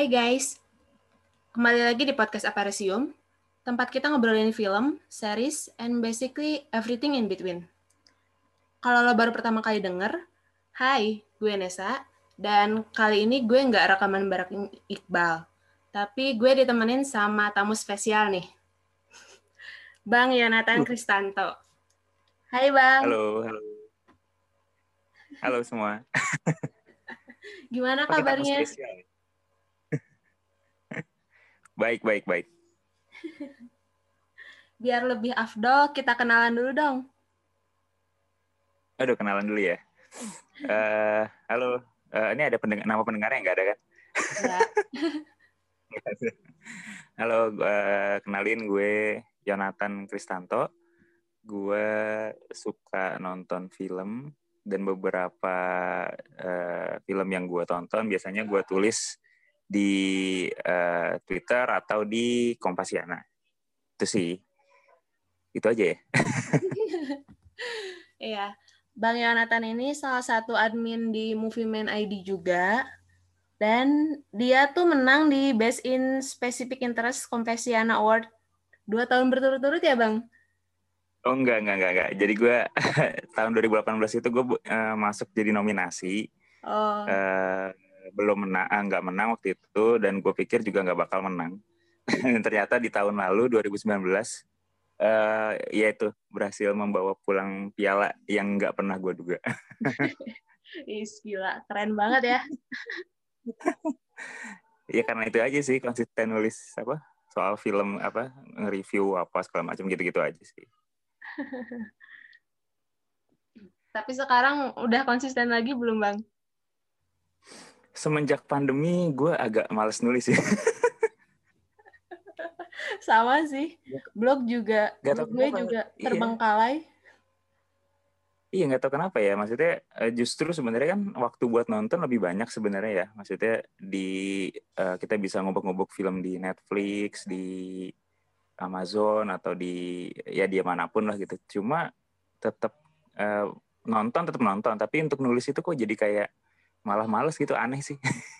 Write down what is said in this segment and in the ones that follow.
Hai guys, kembali lagi di podcast Aparisium, tempat kita ngobrolin film, series, and basically everything in between. Kalau lo baru pertama kali denger, hai, gue Nesa, dan kali ini gue nggak rekaman bareng Iqbal, tapi gue ditemenin sama tamu spesial nih, Bang Yonatan Kristanto. Hai Bang, Halo, halo. Halo semua. gimana Pakai tamu kabarnya? spesial. Baik, baik, baik. Biar lebih afdol, kita kenalan dulu dong. Aduh, kenalan dulu ya. Halo. Ini ada nama pendengarnya nggak ada kan? Ya. Halo, kenalin gue Yonatan Kristanto. Gue suka nonton film dan beberapa film yang gue tonton biasanya gue tulis di Twitter atau di Kompasiana. Itu sih. Itu aja ya. Iya, Bang Yonatan ini salah satu admin di Movie Man ID juga. Dan dia tuh menang di Best in Specific Interest Compasiana Award 2 tahun berturut-turut ya, Bang? Oh enggak. Jadi gue tahun 2018 itu gue masuk jadi nominasi. Oh, Uh, belum menang, nggak menang waktu itu, dan gue pikir juga nggak bakal menang. Ternyata di tahun lalu 2019, ya itu berhasil membawa pulang piala yang nggak pernah gue duga. gila, keren banget ya. Ya karena itu aja sih, konsisten nulis apa soal film, apa nge-review apa segala macam gitu-gitu aja sih. Tapi sekarang udah konsisten lagi belum, Bang? Semenjak pandemi gue agak males nulis sih. Sama sih. Blog Gak tau gue kenapa. juga Iya. terbengkalai. Iya, nggak tahu kenapa ya. Maksudnya justru sebenarnya kan waktu buat nonton lebih banyak sebenarnya ya. Maksudnya kita bisa ngubek-ngubek film di Netflix, di Amazon, atau di manapun lah gitu. Cuma tetap tetap nonton. Tapi untuk nulis itu kok jadi kayak malah males gitu, aneh sih.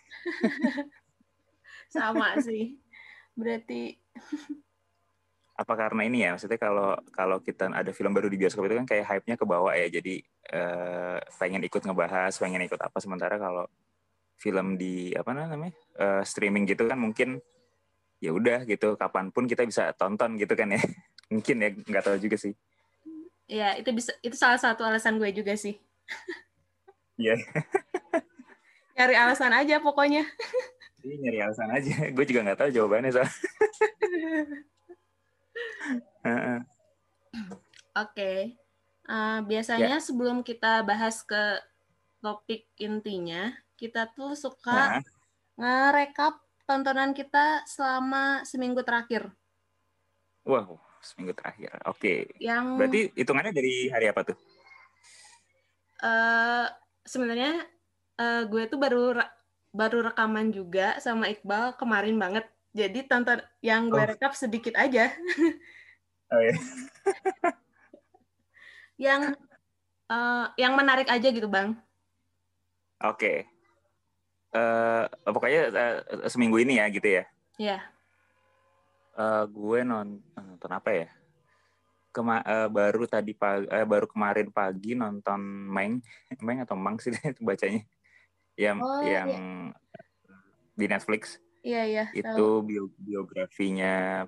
Sama sih. Berarti Apa karena ini ya? Maksudnya kalau kita ada film baru di bioskop itu kan kayak hype-nya ke bawah ya. Jadi pengen ikut ngebahas, pengen ikut apa. Sementara kalau film di apa namanya streaming gitu kan mungkin ya udah gitu, kapanpun kita bisa tonton gitu kan ya. Mungkin ya, nggak tahu juga sih. ya itu salah satu alasan gue juga sih. Iya. Cari alasan aja pokoknya. Jadi nyari alasan aja. Gue juga nggak tahu jawabannya soal. Oke. Biasanya Ya. sebelum kita bahas ke topik intinya, kita tuh suka Nah, ngerekap tontonan kita selama seminggu terakhir. wow, seminggu terakhir. Oke. Yang Berarti hitungannya dari hari apa tuh? sebenarnya gue tuh baru rekaman juga sama Iqbal kemarin banget. Jadi tonton yang gue Oh, rekap sedikit aja. oh ya. Yang menarik aja gitu, Bang. Oke. Pokoknya seminggu ini ya gitu ya. Ya. Gue nonton apa ya? Baru kemarin pagi nonton Meng atau Mang sih itu bacanya. Oh, Yang iya. di Netflix. Iya, tahu. Itu biografinya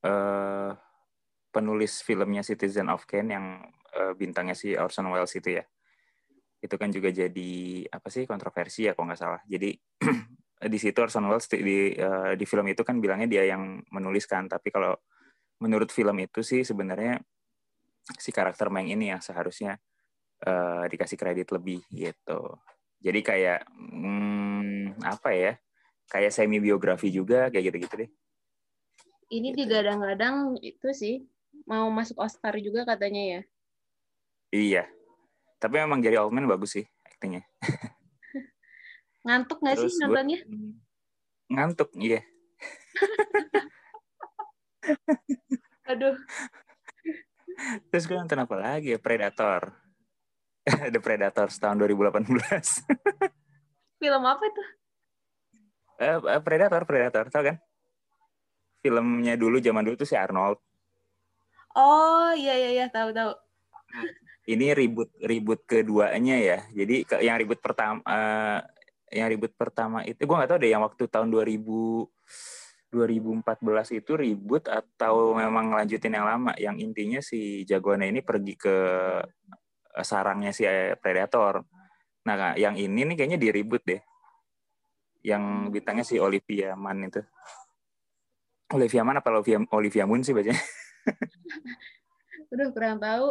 penulis filmnya Citizen of Kane yang bintangnya si Orson Welles itu ya. Itu kan juga jadi apa sih, kontroversi ya kalau nggak salah. Jadi di situ Orson Welles di film itu kan bilangnya dia yang menuliskan, tapi kalau menurut film itu sih sebenarnya si karakter Meng ini yang seharusnya dikasih kredit lebih gitu. Jadi kayak apa ya? Kayak semi biografi juga kayak gitu-gitu deh. Ini Gitu. digadang-gadang itu sih mau masuk Oscar juga katanya ya. Iya. Tapi memang Gary Oldman bagus sih aktingnya. Ngantuk nggak sih Terus gue nontonnya? ngantuk, iya. Aduh, Terus gue nonton apa lagi ya? Predator. The Predator tahun 2018. film apa itu? Predator, tau kan? Filmnya zaman dulu tuh si Arnold. Oh iya tahu. Ini ribut keduanya ya. Jadi yang ribut pertama itu gue nggak tahu deh yang waktu tahun 2014 itu ribut atau memang lanjutin yang lama. Yang intinya si jagoannya ini pergi ke sarangnya si Predator. Nah, yang ini nih kayaknya di ribut deh. Yang bintangnya si Olivia Munn itu. Olivia Munn apa Olivia Munn sih bacanya? Udah kurang tahu.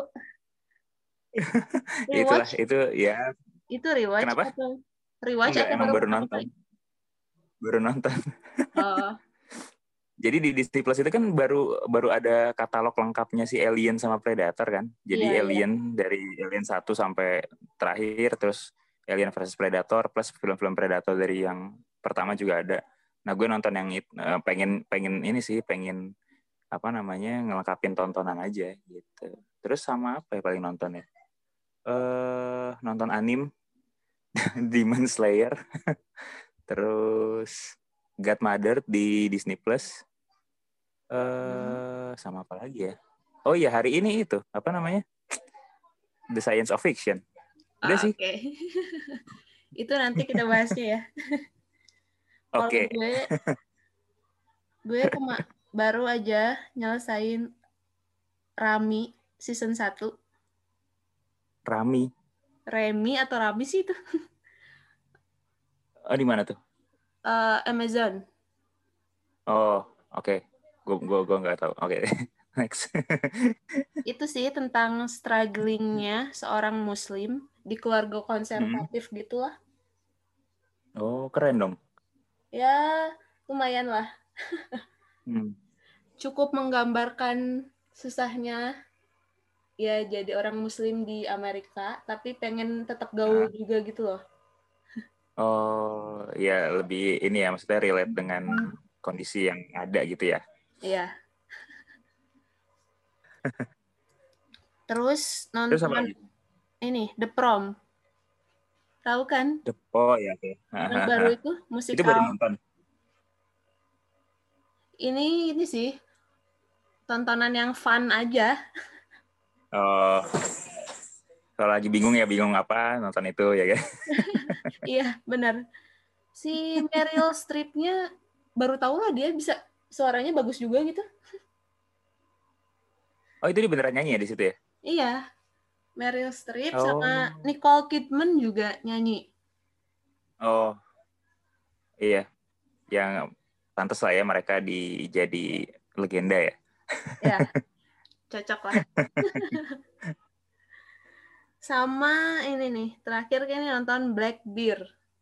Itulah, Rewatch? itu ya. Itu rewatch Kenapa? atau rewatch Enggak, atau emang baru baru pertama nonton. kali? Baru nonton. Oh. Jadi di Disney Plus itu kan baru ada katalog lengkapnya si Alien sama Predator kan. Jadi Iya. Alien dari Alien 1 sampai terakhir, terus Alien versus Predator plus film-film Predator dari yang pertama juga ada. Nah, gue nonton yang pengen ini sih, pengen apa namanya ngelengkapin tontonan aja gitu. Terus sama apa ya paling nonton ya? Nonton anime Demon Slayer. Terus Godmother di Disney Plus. Sama apa lagi ya? Oh iya, hari ini itu apa namanya? The Science of Fiction. Udah sih. Oke. Itu nanti kita bahasnya ya. Kalau Oke. gue baru aja nyelesain Rami season 1. Remi atau Rami sih itu? Oh, di mana tuh? Amazon. Oh, oke. Gue nggak tahu. Oke. Next. Itu sih tentang strugglingnya seorang Muslim di keluarga konservatif gitulah. Oh, keren dong. Ya, lumayan lah. Hmm. Cukup menggambarkan susahnya ya jadi orang Muslim di Amerika, tapi pengen tetap gaul juga gitu loh. Oh, ya lebih ini ya, maksudnya relate dengan kondisi yang ada gitu ya. Iya. Terus Terus apa nonton lagi? ini The Prom. Tahu kan? Oh ya, oke. Yang baru itu Itu baru musikal. nonton. Ini sih tontonan yang fun aja. Oh, kalau lagi bingung ya bingung apa nonton itu ya kan. Iya, benar. Si Meryl Streep-nya baru tahu lah dia bisa suaranya bagus juga gitu. Oh, itu dia beneran nyanyi ya di situ ya? Iya, Meryl Streep sama Oh. Nicole Kidman juga nyanyi. Oh, iya. Yang pantas lah ya mereka jadi legenda ya. Ya, cocok lah. Sama ini nih, terakhir kan nonton Blackbeard.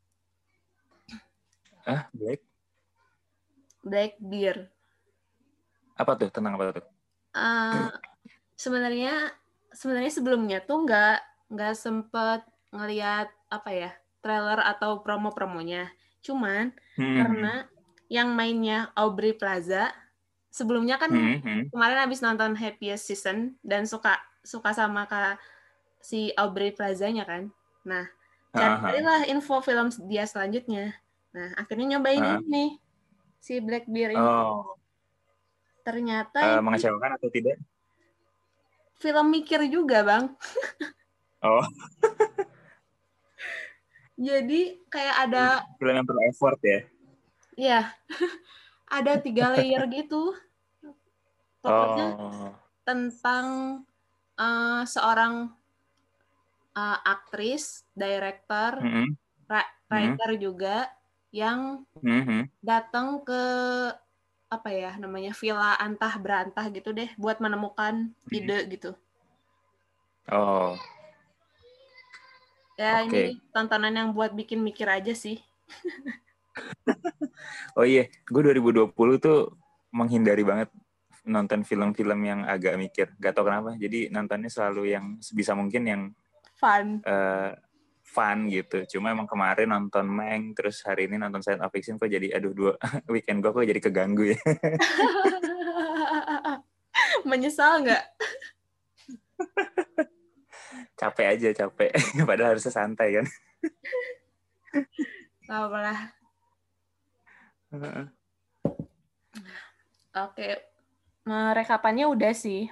Blackbeard. Apa tuh? Tentang apa tuh? Sebenarnya sebelumnya tuh nggak sempet ngelihat apa ya trailer atau promo-promonya. Cuman karena yang mainnya Aubrey Plaza sebelumnya kan kemarin habis nonton Happiest Season dan suka sama si Aubrey Plaza-nya kan. Nah, carilah info film dia selanjutnya. Nah, akhirnya nyobain ini si Blackbeard ini. Oh. Ternyata ini Mengecewakan atau tidak? film mikir juga, Bang. Oh. Jadi kayak ada Film yang perlu effort ya? Iya, ada 3 layer gitu. Pokoknya tentang seorang aktris, director, writer juga yang datang ke apa ya namanya villa antah berantah gitu deh buat menemukan ide gitu. Oh. Ya ini tontonan yang buat bikin mikir aja sih. Oh iya, gue 2020 tuh menghindari banget nonton film-film yang agak mikir. Gak tau kenapa. Jadi nontonnya selalu yang sebisa mungkin yang fun gitu. Cuma emang kemarin nonton Mank, terus hari ini nonton Science of Fiction kok jadi aduh weekend gue kok jadi keganggu ya. Menyesal nggak? Capek. Padahal harusnya santai kan. Gak apa-apa. Oke, rekapannya udah sih.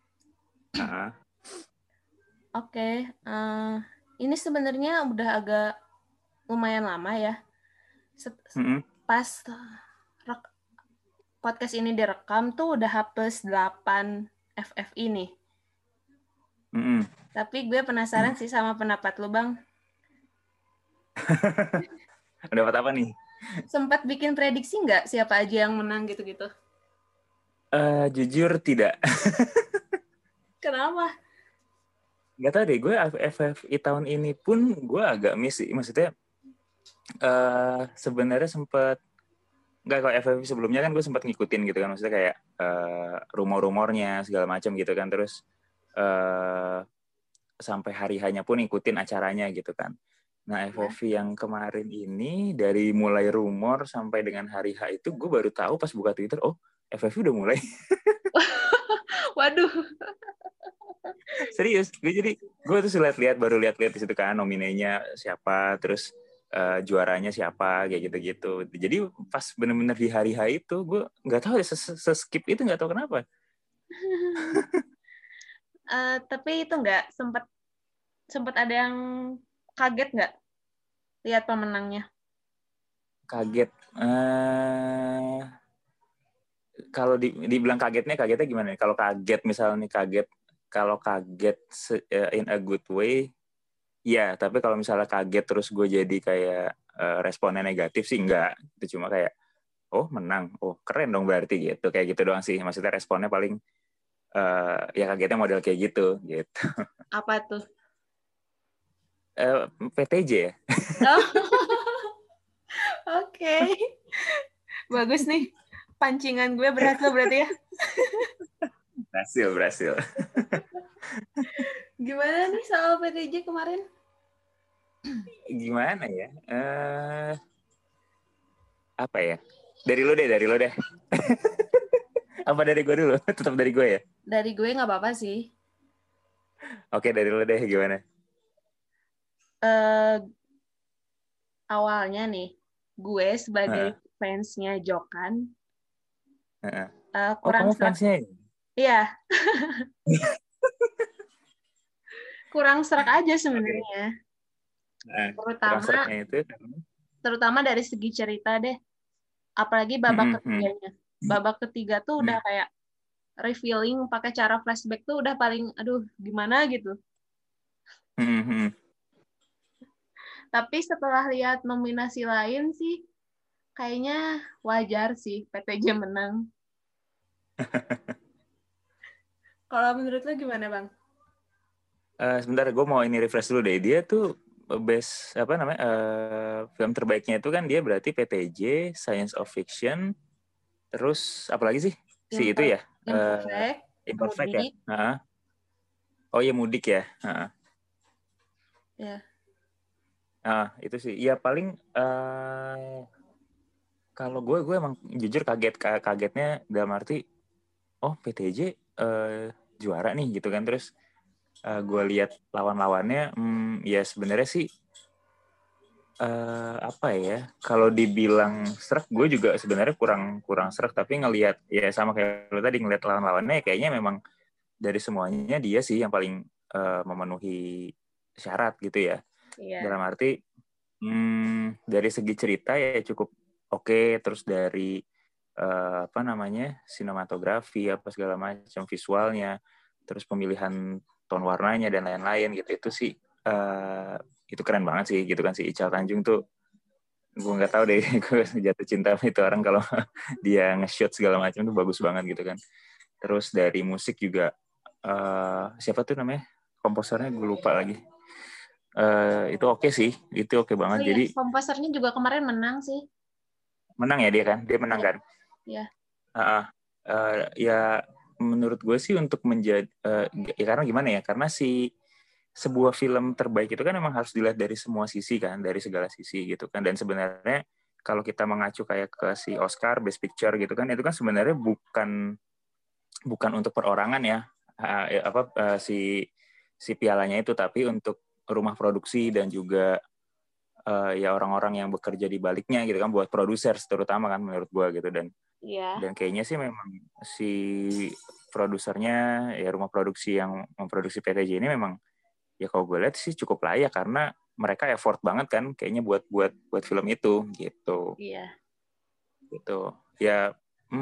Oke, ini sebenarnya udah agak lumayan lama ya. Pas podcast ini direkam tuh udah H+8 FFI nih. Tapi gue penasaran sih sama pendapat lu, Bang. Pendapat apa nih? Sempat bikin prediksi nggak siapa aja yang menang gitu-gitu? Jujur tidak. Kenapa? Nggak tahu deh, gue FFI tahun ini pun gue agak miss sih. Maksudnya sebenarnya sempat nggak, kalau FFI sebelumnya kan gue sempat ngikutin gitu kan, maksudnya kayak rumor-rumornya segala macam gitu kan, terus sampai hari hanya pun ngikutin acaranya gitu kan. Nah, FFI yang kemarin ini dari mulai rumor sampai dengan hari H itu gue baru tahu pas buka Twitter, oh FFI udah mulai. Waduh. Serius, gue tuh baru lihat-lihat di situ kan nominenya siapa, terus juaranya siapa, kayak gitu-gitu. Jadi pas bener-bener di hari H itu gue nggak tahu ya, skip itu nggak tahu kenapa. Tapi itu nggak sempat ada yang kaget nggak lihat pemenangnya? Kaget. Kalau dibilang kagetnya gimana? Kalau kaget misalnya kalau kaget in a good way, ya. Tapi kalau misalnya kaget terus gue jadi kayak responnya negatif sih enggak. Itu cuma kayak, oh menang, oh keren dong berarti gitu, kayak gitu doang sih. Maksudnya responnya paling ya kagetnya model kayak gitu. Apa tuh? PTJ ya. Oh. Oke. Bagus nih. Pancingan gue berhasil berarti ya. Berhasil. Gimana nih soal PTJ kemarin? Gimana ya? Apa ya? Dari lo deh. Apa dari gue dulu? Tetap dari gue ya? Dari gue nggak apa-apa sih. Oke, dari lo deh, gimana? Awalnya nih, gue sebagai fansnya Jokan, kurang kamu fansnya? Iya. Kurang serak aja sebenarnya. Terutama dari segi cerita deh. Apalagi babak ketiganya. Babak ketiga tuh udah kayak revealing pakai cara flashback tuh udah paling aduh gimana gitu. Tapi setelah lihat nominasi lain sih kayaknya wajar sih PTJ menang. Kalau menurut lo gimana, Bang? Sebentar, gue mau ini refresh dulu deh. Dia tuh best film terbaiknya itu kan dia berarti PTJ, Science of Fiction, terus apa lagi sih? Itu ya? Imperfect ya? Oh iya, Mudik ya? Ya. Itu sih. Ya paling kalau gue emang jujur kagetnya dalam arti, oh PTJ juara nih gitu kan. Terus gue lihat lawan-lawannya, ya sebenarnya sih apa ya, kalau dibilang serak, gue juga sebenarnya kurang serak, tapi ngelihat ya sama kayak lo tadi, ngelihat lawan-lawannya kayaknya memang dari semuanya dia sih yang paling memenuhi syarat gitu ya. Dalam arti dari segi cerita ya cukup oke, terus dari sinematografi apa segala macam, visualnya, terus pemilihan tone warnanya dan lain-lain gitu, itu sih itu keren banget sih gitu kan. Si Ical Tanjung tuh gue nggak tahu deh, gue jatuh cinta sama itu orang kalau dia nge-shoot segala macam tuh bagus banget gitu kan. Terus dari musik juga siapa tuh namanya komposernya, gue lupa lagi. Itu oke sih, itu oke banget. Jadi komposernya juga kemarin menang sih. Menang ya dia kan, dia menang kan. Iya. Ya menurut gue sih untuk menjadi ya karena gimana ya, karena sebuah film terbaik itu kan memang harus dilihat dari semua sisi kan, dari segala sisi gitu kan. Dan sebenarnya kalau kita mengacu kayak ke si Oscar Best Picture gitu kan, itu kan sebenarnya bukan untuk perorangan ya, si pialanya itu, tapi untuk rumah produksi dan juga ya orang-orang yang bekerja di baliknya gitu kan, buat produser terutama kan menurut gue gitu. Dan kayaknya sih memang si produsernya ya rumah produksi yang memproduksi PTJ ini memang ya kalau gue lihat sih cukup layak karena mereka effort banget kan kayaknya buat film itu gitu. Iya. Gitu. Ya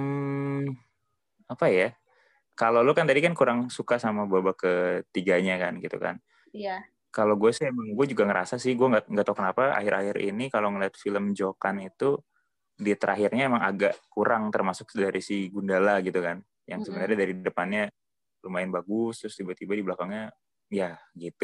apa ya? Kalau lu kan tadi kan kurang suka sama babak ketiganya kan gitu kan. Iya. Kalau gue sih emang gue juga ngerasa sih gue nggak tahu kenapa akhir-akhir ini kalau ngeliat film Jokan itu di terakhirnya emang agak kurang termasuk dari si Gundala gitu kan. Yang sebenarnya dari depannya lumayan bagus terus tiba-tiba di belakangnya ya gitu.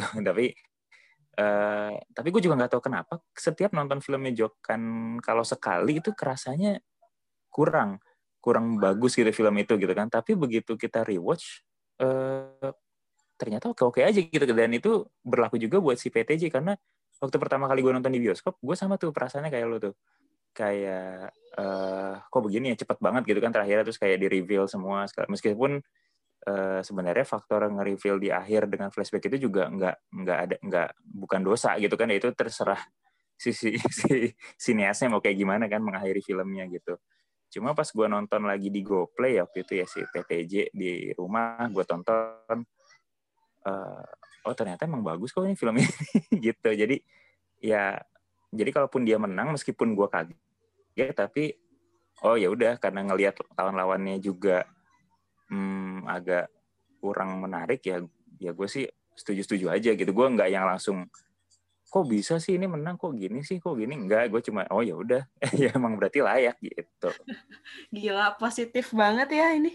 Tapi gue juga nggak tahu kenapa setiap nonton filmnya Jokan kalau sekali itu kerasanya kurang bagus gitu film itu gitu kan. Tapi begitu kita rewatch ternyata oke aja gitu. Dan itu berlaku juga buat si PTJ karena waktu pertama kali gue nonton di bioskop gue sama tuh perasaannya kayak lo tuh kayak kok begini ya cepet banget gitu kan terakhirnya terus kayak di reveal semua meskipun sebenarnya faktor nge-reveal di akhir dengan flashback itu juga nggak bukan dosa gitu kan, itu terserah si sineasnya mau kayak gimana kan mengakhiri filmnya gitu. Cuma pas gue nonton lagi di GoPlay waktu itu ya si PTJ di rumah gue tonton, oh ternyata emang bagus kok ini film ini gitu. Jadi kalaupun dia menang meskipun gue kaget tapi oh ya udah karena ngelihat lawan-lawannya juga agak kurang menarik ya gue sih setuju aja gitu. Gue nggak yang langsung kok bisa sih ini menang kok gini enggak, gue cuma oh ya udah ya emang berarti layak gitu. Gila, positif banget ya ini.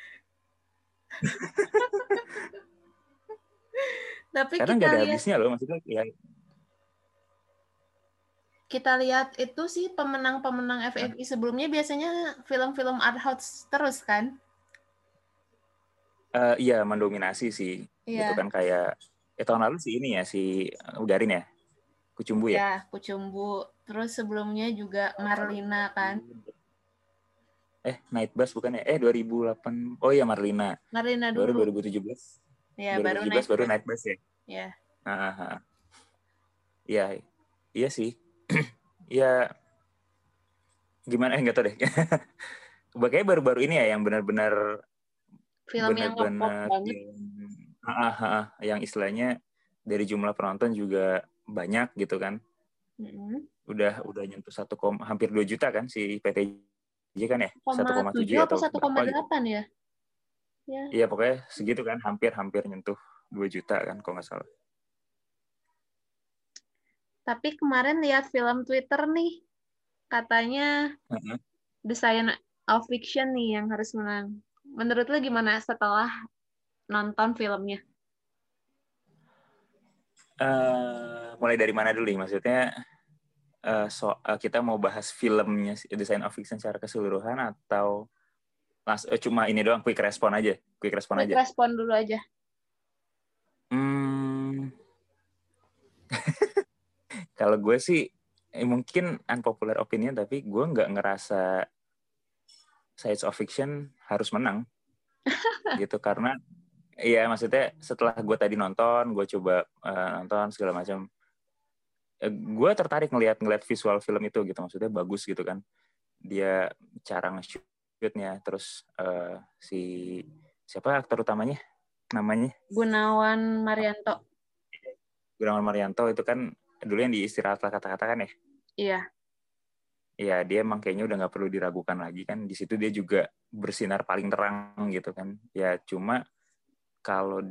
Tapi karena nggak ada habisnya loh maksudnya ya. Kita lihat itu sih pemenang FFI sebelumnya biasanya film-film art house terus kan? Iya mendominasi sih gitu kan, kayak tahun lalu sih ini ya si Udarin ya Kucumbu ya. Ya, Kucumbu. Terus sebelumnya juga Marlina kan? Night Bus bukan ya? 2008. Oh iya Marlina. Marlina Baru dulu. 2017. Ya, 2017 baru Night Bus ya. Ya. Iya, iya sih. Ya gimana nggak tahu deh. Kayaknya baru-baru ini ya yang benar-benar Film yang nge-pop banget. yang istilahnya dari jumlah penonton juga banyak gitu kan. Udah nyentuh hampir 2 juta kan si PTJ kan ya? 1,7 atau 1,8 ya? Iya pokoknya segitu kan, hampir nyentuh 2 juta kan kalau nggak salah. Tapi kemarin lihat film Twitter nih, katanya The Science of Fiction nih yang harus menang. Menurut lo gimana setelah nonton filmnya? Mulai dari mana dulu nih? Maksudnya kita mau bahas filmnya The Science of Fiction secara keseluruhan atau cuma ini doang quick respon aja? Quick respon dulu aja. Kalau gue sih mungkin unpopular opinion tapi gue nggak ngerasa Science of Fiction harus menang gitu karena ya maksudnya setelah gue tadi nonton gue coba nonton segala macam, gue tertarik ngelihat visual film itu gitu, maksudnya bagus gitu kan dia cara nge-shootnya, terus siapa aktor utamanya namanya Gunawan Marianto itu kan dulu yang di Istirahat Kata-kata kan ya. Iya. Ya dia emang kayaknya udah nggak perlu diragukan lagi kan, di situ dia juga bersinar paling terang gitu kan ya. Cuma kalau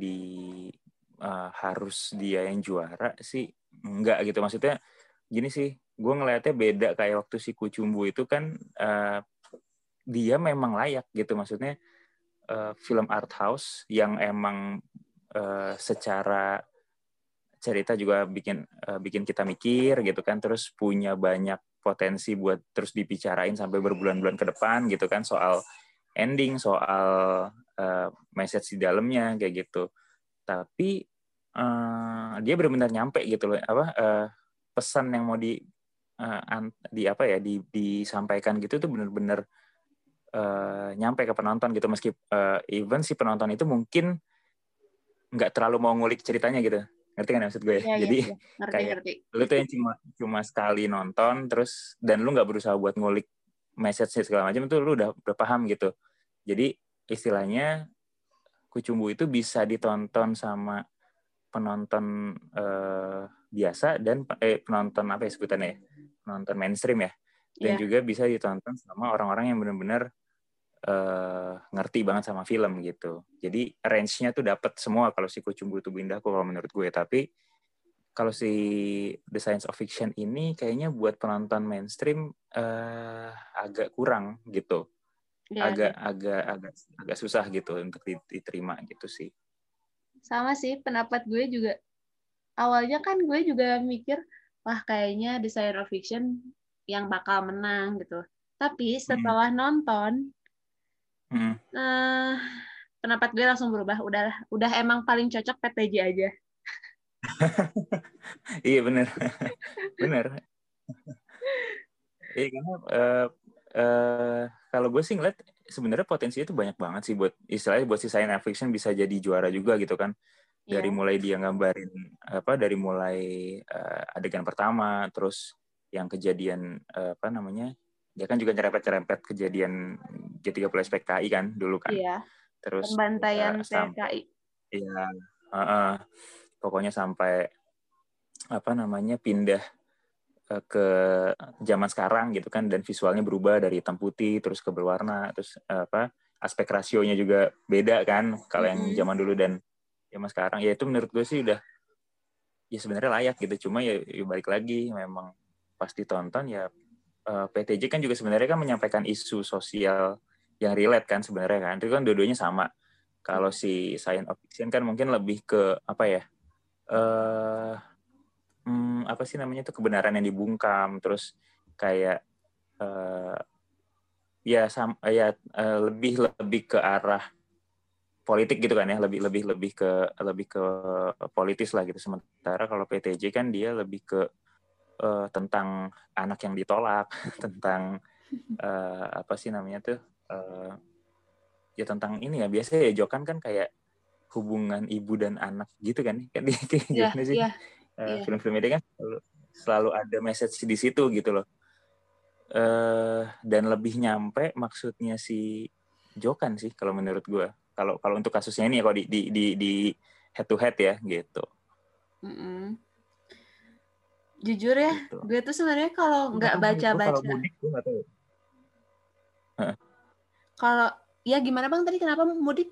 harus dia yang juara sih enggak gitu, maksudnya gini sih, gue ngelihatnya beda kayak waktu si Kucumbu itu kan dia memang layak gitu, maksudnya film art house yang emang secara cerita juga bikin kita mikir gitu kan, terus punya banyak potensi buat terus dibicarain sampai berbulan-bulan ke depan gitu kan, soal ending, soal message di dalamnya kayak gitu. Tapi dia benar-benar nyampe gitu loh, pesan yang mau disampaikan gitu tuh benar-benar nyampe ke penonton gitu, meski even si penonton itu mungkin nggak terlalu mau ngulik ceritanya gitu. Ngerti kan maksud gue ya? Iya, iya, Jadi iya. kayak Ngerti. lu tuh yang cuma sekali nonton terus dan lu nggak berusaha buat ngulik message segala macam, itu lu udah paham gitu. Jadi istilahnya Kucumbu itu bisa ditonton sama penonton biasa dan penonton apa ya sebutannya ya? Penonton mainstream ya. Dan Iya. juga bisa ditonton sama orang-orang yang benar-benar ngerti banget sama film gitu. Jadi range-nya tuh dapat semua kalau si Kucumbu Tubuh Indahku kalau menurut gue. Tapi kalau si The Science of Fiction ini kayaknya buat penonton mainstream agak kurang gitu. Iya, iya. Agak susah gitu untuk diterima gitu sih. Sama sih pendapat gue juga. Awalnya kan gue juga mikir, wah kayaknya The Science of Fiction yang bakal menang gitu. Tapi setelah nonton, Hmm. eh, pendapat gue langsung berubah. Udah emang paling cocok PTJ aja. Iya benar, benar. Iya karena kalau gue sih ngeliat sebenarnya potensinya itu banyak banget sih buat istilahnya buat si science fiction bisa jadi juara juga gitu kan. Dari Iya. mulai dia gambarin dari mulai adegan pertama, terus yang kejadian apa namanya, dia kan juga nyerempet-nyerempet kejadian G30 SPKI kan dulu kan. Iya. Terus Pembantaian sampai PKI. ya pokoknya sampai apa namanya pindah ke zaman sekarang gitu kan, dan visualnya berubah dari hitam putih terus ke berwarna, terus aspek rasionya juga beda kan kalau yang zaman dulu dan zaman sekarang. Ya itu menurut gue sih udah ya sebenarnya layak gitu, cuma ya balik lagi memang pas ditonton ya PTJ kan juga sebenarnya kan menyampaikan isu sosial yang relate kan sebenarnya kan, itu kan dua-duanya sama. Kalau si Science of Fiction kan mungkin lebih ke apa ya, apa sih namanya tuh, kebenaran yang dibungkam, terus kayak lebih ke arah politik gitu kan ya, lebih ke politis lah gitu. Sementara kalau PTJ kan dia lebih ke tentang anak yang ditolak, tentang apa sih namanya tuh, ya tentang ini ya, biasanya ya Jokan kan kayak hubungan ibu dan anak gitu kan kayak Iya, gimana sih iya, iya. film-film ini kan selalu ada message di situ gitu loh. Dan lebih nyampe maksudnya si Jokan sih kalau menurut gue. Kalau untuk kasusnya ini ya, kalau di head to head ya gitu. Jujur ya, Gitu. gue tuh sebenarnya kalau nggak Gue kalau baca-baca, mudik gue nggak tahu. kalau ya gimana bang tadi kenapa mudik?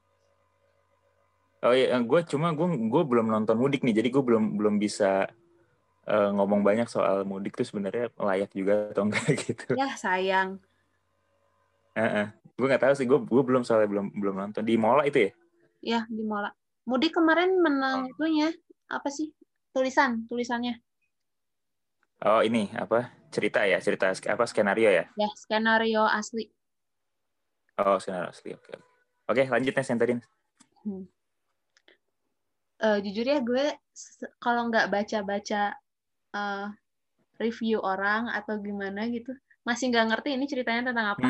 Oh iya, gue belum nonton mudik nih, jadi gue belum bisa ngomong banyak soal mudik tuh sebenarnya layak juga atau enggak gitu. Ya sayang. Gue nggak tahu sih, gue belum soalnya belum nonton di Mola itu ya. Ya di Mola. Mudik kemarin menang Oh, itunya apa sih? Tulisannya. oh ini apa cerita apa skenario ya? Ya skenario asli. Oh skenario asli, oke lanjut nih yang tadi. Jujur ya gue kalau nggak baca-baca uh, review orang atau gimana gitu, masih nggak ngerti ini ceritanya tentang apa.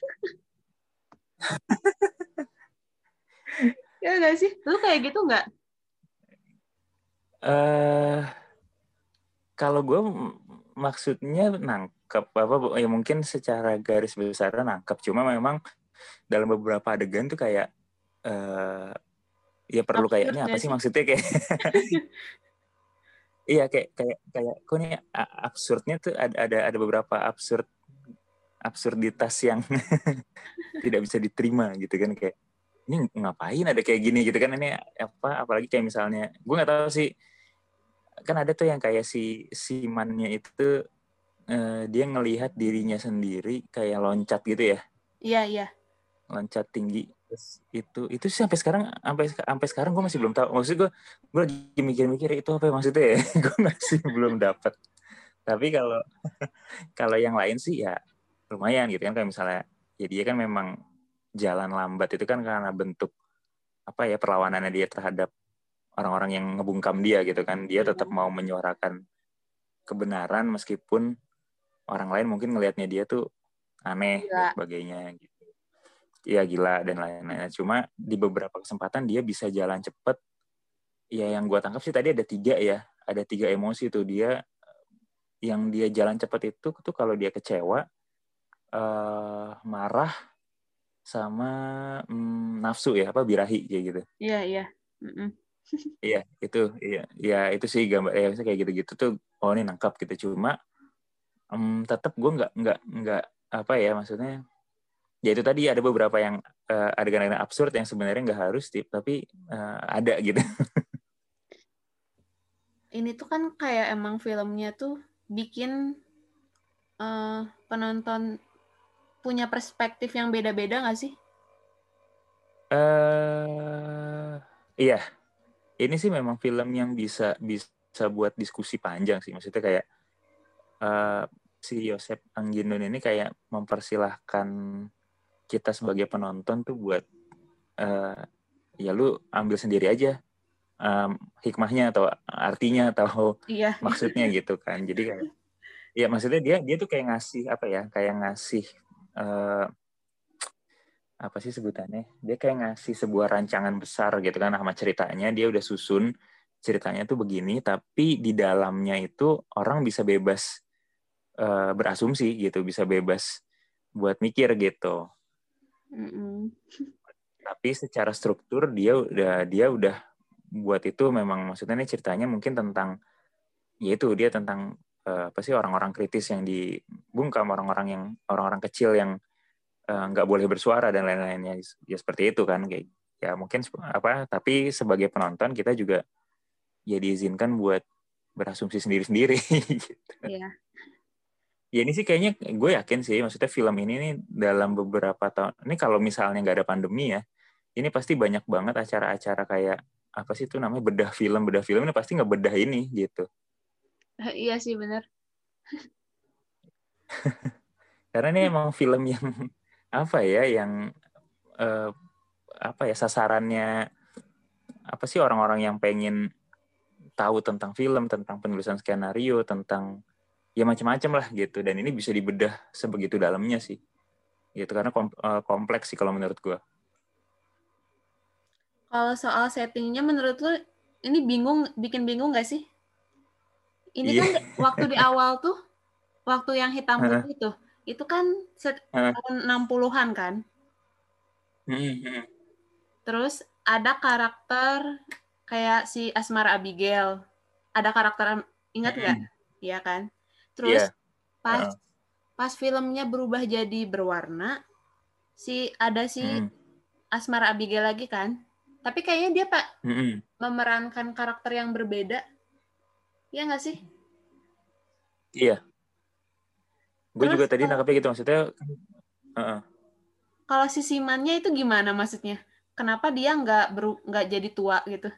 Ya nggak sih? Lu kayak gitu nggak? Kalau gue maksudnya nangkep apa ya, mungkin secara garis besar nangkep, cuma memang dalam beberapa adegan tuh kayak ya perlu kayak Absurd ini apa nggak sih sih? maksudnya kayak iya kayak kok ini absurdnya tuh ada beberapa absurditas yang tidak bisa diterima gitu kan, kayak ini ngapain ada kayak gini gitu kan, ini apa, apalagi kayak misalnya gue nggak tahu sih, kan ada tuh yang kayak si mannya itu dia ngelihat dirinya sendiri kayak loncat gitu ya, Iya, iya. loncat tinggi. Terus itu sih sampai sekarang gue masih belum tahu, maksud gue lagi mikir-mikir itu apa maksudnya ya. Gue masih belum dapat. Tapi kalau kalau yang lain sih ya lumayan gitu kan, kayak misalnya ya dia kan memang jalan lambat itu kan karena bentuk apa ya, perlawanannya dia terhadap orang-orang yang ngebungkam dia gitu kan, dia tetap mau menyuarakan kebenaran meskipun orang lain mungkin ngelihatnya dia tuh aneh dan Gila. sebagainya gitu. Iya gila dan lain-lain. Cuma di beberapa kesempatan dia bisa jalan cepet ya yang gue tangkap sih tadi ada 3 ya, ada 3 emosi tuh. Dia yang dia jalan cepat itu tuh kalau dia kecewa, marah, sama nafsu ya, apa birahi kayak gitu. Iya, iya. Mm-mm. Iya itu, iya itu sih gambar ya, misalnya kayak gitu-gitu tuh, oh ini nangkap gitu. Cuma tetap gue nggak apa ya, maksudnya ya itu tadi ada beberapa yang adegan-adegan absurd yang sebenarnya nggak harus tapi ada gitu. Ini tuh kan kayak emang filmnya tuh bikin penonton punya perspektif yang beda-beda nggak sih? Iya, ini sih memang film yang bisa bisa buat diskusi panjang sih. Maksudnya kayak si Yosep Angginun ini kayak mempersilahkan kita sebagai penonton tuh buat ya lu ambil sendiri aja hikmahnya atau artinya atau Iya. maksudnya gitu kan. Jadi kayak ya maksudnya dia tuh kayak ngasih apa ya, kayak ngasih apa sih sebutannya, dia kayak ngasih sebuah rancangan besar gitu kan sama ceritanya. Dia udah susun ceritanya tuh begini, tapi di dalamnya itu orang bisa bebas berasumsi gitu, bisa bebas buat mikir gitu. Mm-mm. Tapi secara struktur dia udah buat itu, memang maksudnya ini ceritanya mungkin tentang yaitu dia tentang apa sih, orang-orang kritis yang dibungkam, orang-orang kecil yang nggak boleh bersuara dan lain-lainnya, ya seperti itu kan, kayak ya mungkin apa, tapi sebagai penonton kita juga ya diizinkan buat berasumsi sendiri-sendiri gitu. Iya. Ya ini sih kayaknya gue yakin sih, maksudnya film ini nih dalam beberapa tahun ini, kalau misalnya nggak ada pandemi ya, ini pasti banyak banget acara-acara kayak apa sih itu namanya, bedah film ini pasti ngebedah ini gitu. Iya sih benar. Karena ini emang film yang apa ya, yang eh, apa ya, sasarannya apa sih, orang-orang yang pengen tahu tentang film, tentang penulisan skenario, tentang ya macam-macam lah gitu. Dan ini bisa dibedah sebegitu dalamnya sih gitu, karena kompleks sih kalau menurut gue. Kalau soal settingnya menurut lu ini bikin bingung nggak sih? Ini Iya. kan waktu di awal tuh, waktu yang hitam putih tuh, itu kan tahun 60-an kan? Terus ada karakter kayak si Asmara Abigail. Ada karakter, ingat nggak? Iya kan? Terus Iya. pas pas filmnya berubah jadi berwarna, ada si Asmara Abigail lagi kan? Tapi kayaknya dia Pak memerankan karakter yang berbeda. Iya nggak sih? Iya. Gue Terus juga tadi nangkapnya gitu, maksudnya kalau si Simannya itu gimana maksudnya? Kenapa dia nggak jadi tua gitu?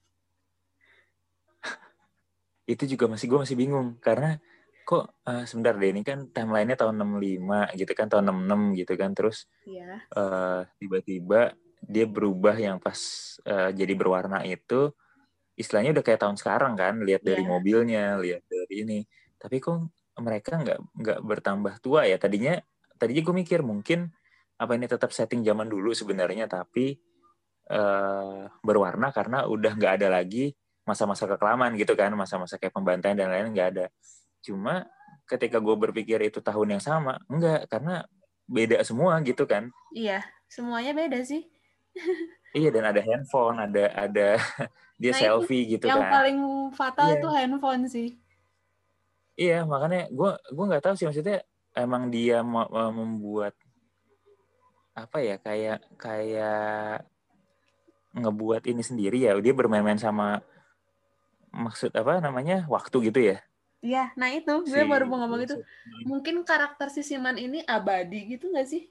itu juga gue masih bingung, karena kok sebentar deh, ini kan timeline-nya tahun 65 gitu kan, tahun 66 gitu kan, terus Iya. tiba-tiba dia berubah yang pas jadi berwarna itu, istilahnya udah kayak tahun sekarang kan, lihat dari Iya. mobilnya, lihat dari ini. Tapi kok mereka nggak bertambah tua ya? Tadinya gue mikir mungkin apa ini tetap setting zaman dulu sebenarnya, tapi berwarna karena udah nggak ada lagi masa-masa kekelaman gitu kan, masa-masa kayak pembantaian dan lain-lain nggak ada. Cuma ketika gue berpikir itu tahun yang sama, enggak, karena beda semua gitu kan. Iya, semuanya beda sih. Iya, dan ada handphone, ada dia Nah itu selfie gitu yang kan. paling fatal Iya, itu handphone sih. iya, makanya gue nggak tahu sih, maksudnya emang dia membuat apa ya, kayak kayak ngebuat ini sendiri ya, dia bermain-main sama maksud apa namanya, waktu gitu ya, Iya, nah itu gue baru si mau ngomong itu. Mungkin karakter si Siman ini abadi gitu nggak sih?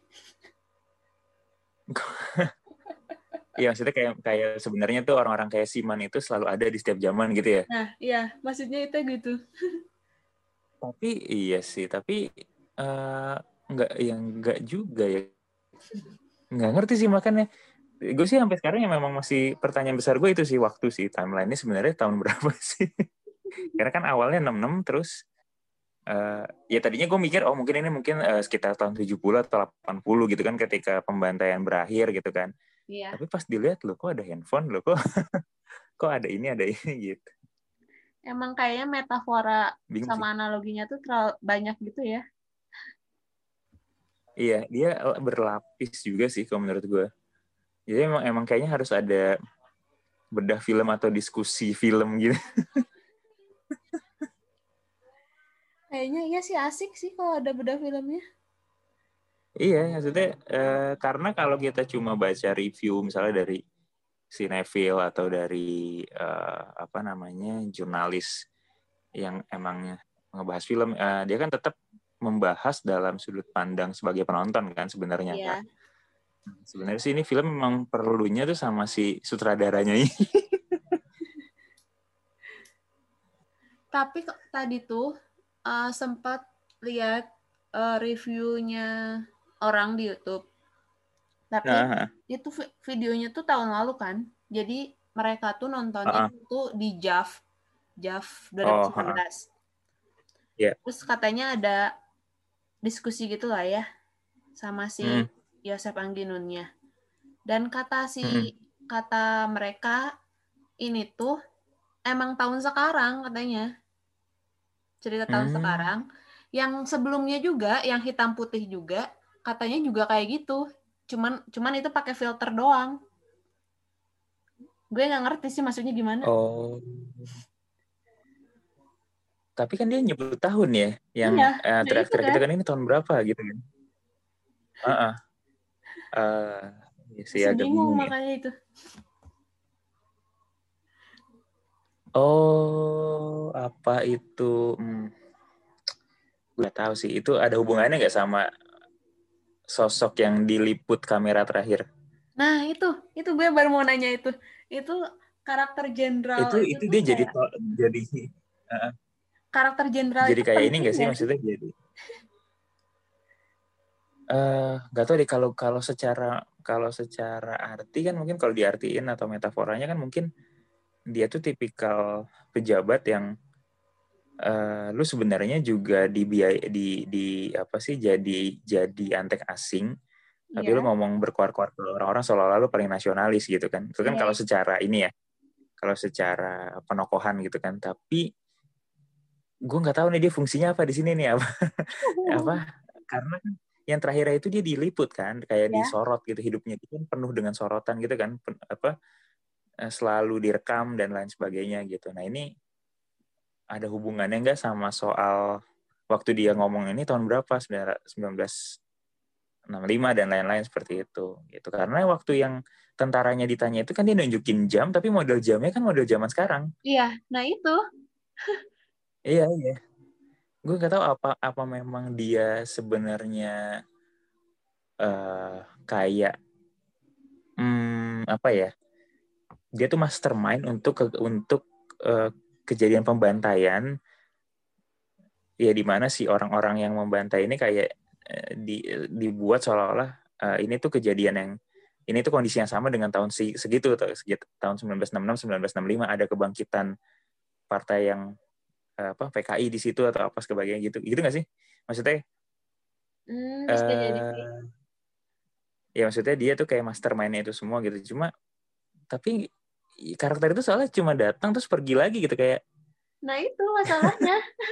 Iya, maksudnya kayak kayak sebenarnya tuh orang-orang kayak Siman itu selalu ada di setiap zaman gitu ya. Nah, iya, maksudnya itu gitu. Tapi iya sih, tapi uh, nggak juga ya. Nggak ngerti sih, makanya gue sih sampai sekarang ya memang masih pertanyaan besar gue itu sih, waktu sih, timeline-nya sebenarnya tahun berapa sih? Karena kan awalnya 66, terus ya tadinya gue mikir oh mungkin ini mungkin sekitar tahun 70 atau 80 gitu kan, ketika pembantaian berakhir gitu kan. Iya. Tapi pas dilihat loh kok ada handphone loh kok. kok ada ini gitu. Emang kayaknya metafora Bingung sih. sama analoginya tuh terlalu banyak gitu ya. Iya, dia berlapis juga sih kalau menurut gue. Jadi emang kayaknya harus ada bedah film atau diskusi film gitu. Kayaknya iya sih asik sih kalau ada bedah filmnya. Iya, maksudnya karena kalau kita cuma baca review misalnya dari Cinefil atau dari apa namanya jurnalis yang emangnya ngebahas film, dia kan tetap membahas dalam sudut pandang sebagai penonton kan sebenarnya Kak. Iya. Sebenarnya sih ini film memang perlunya tuh sama si sutradaranya ini. Tapi tadi tuh sempat lihat reviewnya orang di YouTube. Tapi Nah, itu videonya tuh tahun lalu kan. Jadi mereka tuh nontonnya itu di JAV oh, 2019. ya. Terus katanya ada diskusi gitu lah ya sama si Yosef Angginunnya. Dan kata mereka ini tuh emang tahun sekarang katanya. Cerita tahun sekarang. Yang sebelumnya juga, yang hitam putih juga, katanya juga kayak gitu. Cuman itu pakai filter doang. Gue nggak ngerti sih maksudnya gimana. Oh. Tapi kan dia nyebut tahun ya, yang Iya, nah itu teriak-teriak kan. kita kan ini tahun berapa gitu kan. Ya sih Masih agak bingung bingung ya. makanya itu. Oh, apa itu? Gue tahu sih. Itu ada hubungannya nggak sama sosok yang diliput kamera terakhir? Nah, itu gue baru mau nanya itu. Itu karakter jenderal itu Itu tuh dia kayak jadi uh, karakter jenderal jadi itu kayak ini penting nggak sih gak sih? maksudnya jadi nggak tahu deh kalau secara arti kan mungkin kalau diartiin atau metaforanya kan mungkin dia tuh tipikal pejabat yang lu sebenarnya juga di apa sih jadi antek asing tapi lu Iya, ngomong berkuar-kuar ke orang-orang seolah-olah lu paling nasionalis gitu kan itu kan iya. kalau secara ini ya kalau secara penokohan gitu kan tapi gue nggak tahu nih dia fungsinya apa di sini nih apa apa karena kan yang terakhir itu dia diliput kan kayak Ya. disorot gitu hidupnya itu kan penuh dengan sorotan gitu kan apa selalu direkam dan lain sebagainya gitu nah ini ada hubungannya nggak sama soal waktu dia ngomong ini tahun berapa 1965 dan lain-lain seperti itu gitu karena waktu yang tentaranya ditanya itu kan dia nunjukin jam tapi model jamnya kan model zaman sekarang. Iya, nah itu. Iya gue nggak tahu apa memang dia sebenarnya kayak apa ya dia tuh mastermind untuk kejadian pembantaian ya di mana si orang-orang yang membantai ini kayak dibuat seolah-olah ini tuh kejadian yang ini tuh kondisi yang sama dengan tahun segitu tahun 1966 1965 ada kebangkitan partai yang apa PKI di situ atau apa sebagainya gitu nggak sih maksudnya Bisa jadi sih. ya maksudnya dia tuh kayak mastermind-nya itu semua gitu cuma tapi karakter itu soalnya cuma datang terus pergi lagi gitu kayak Nah itu masalahnya.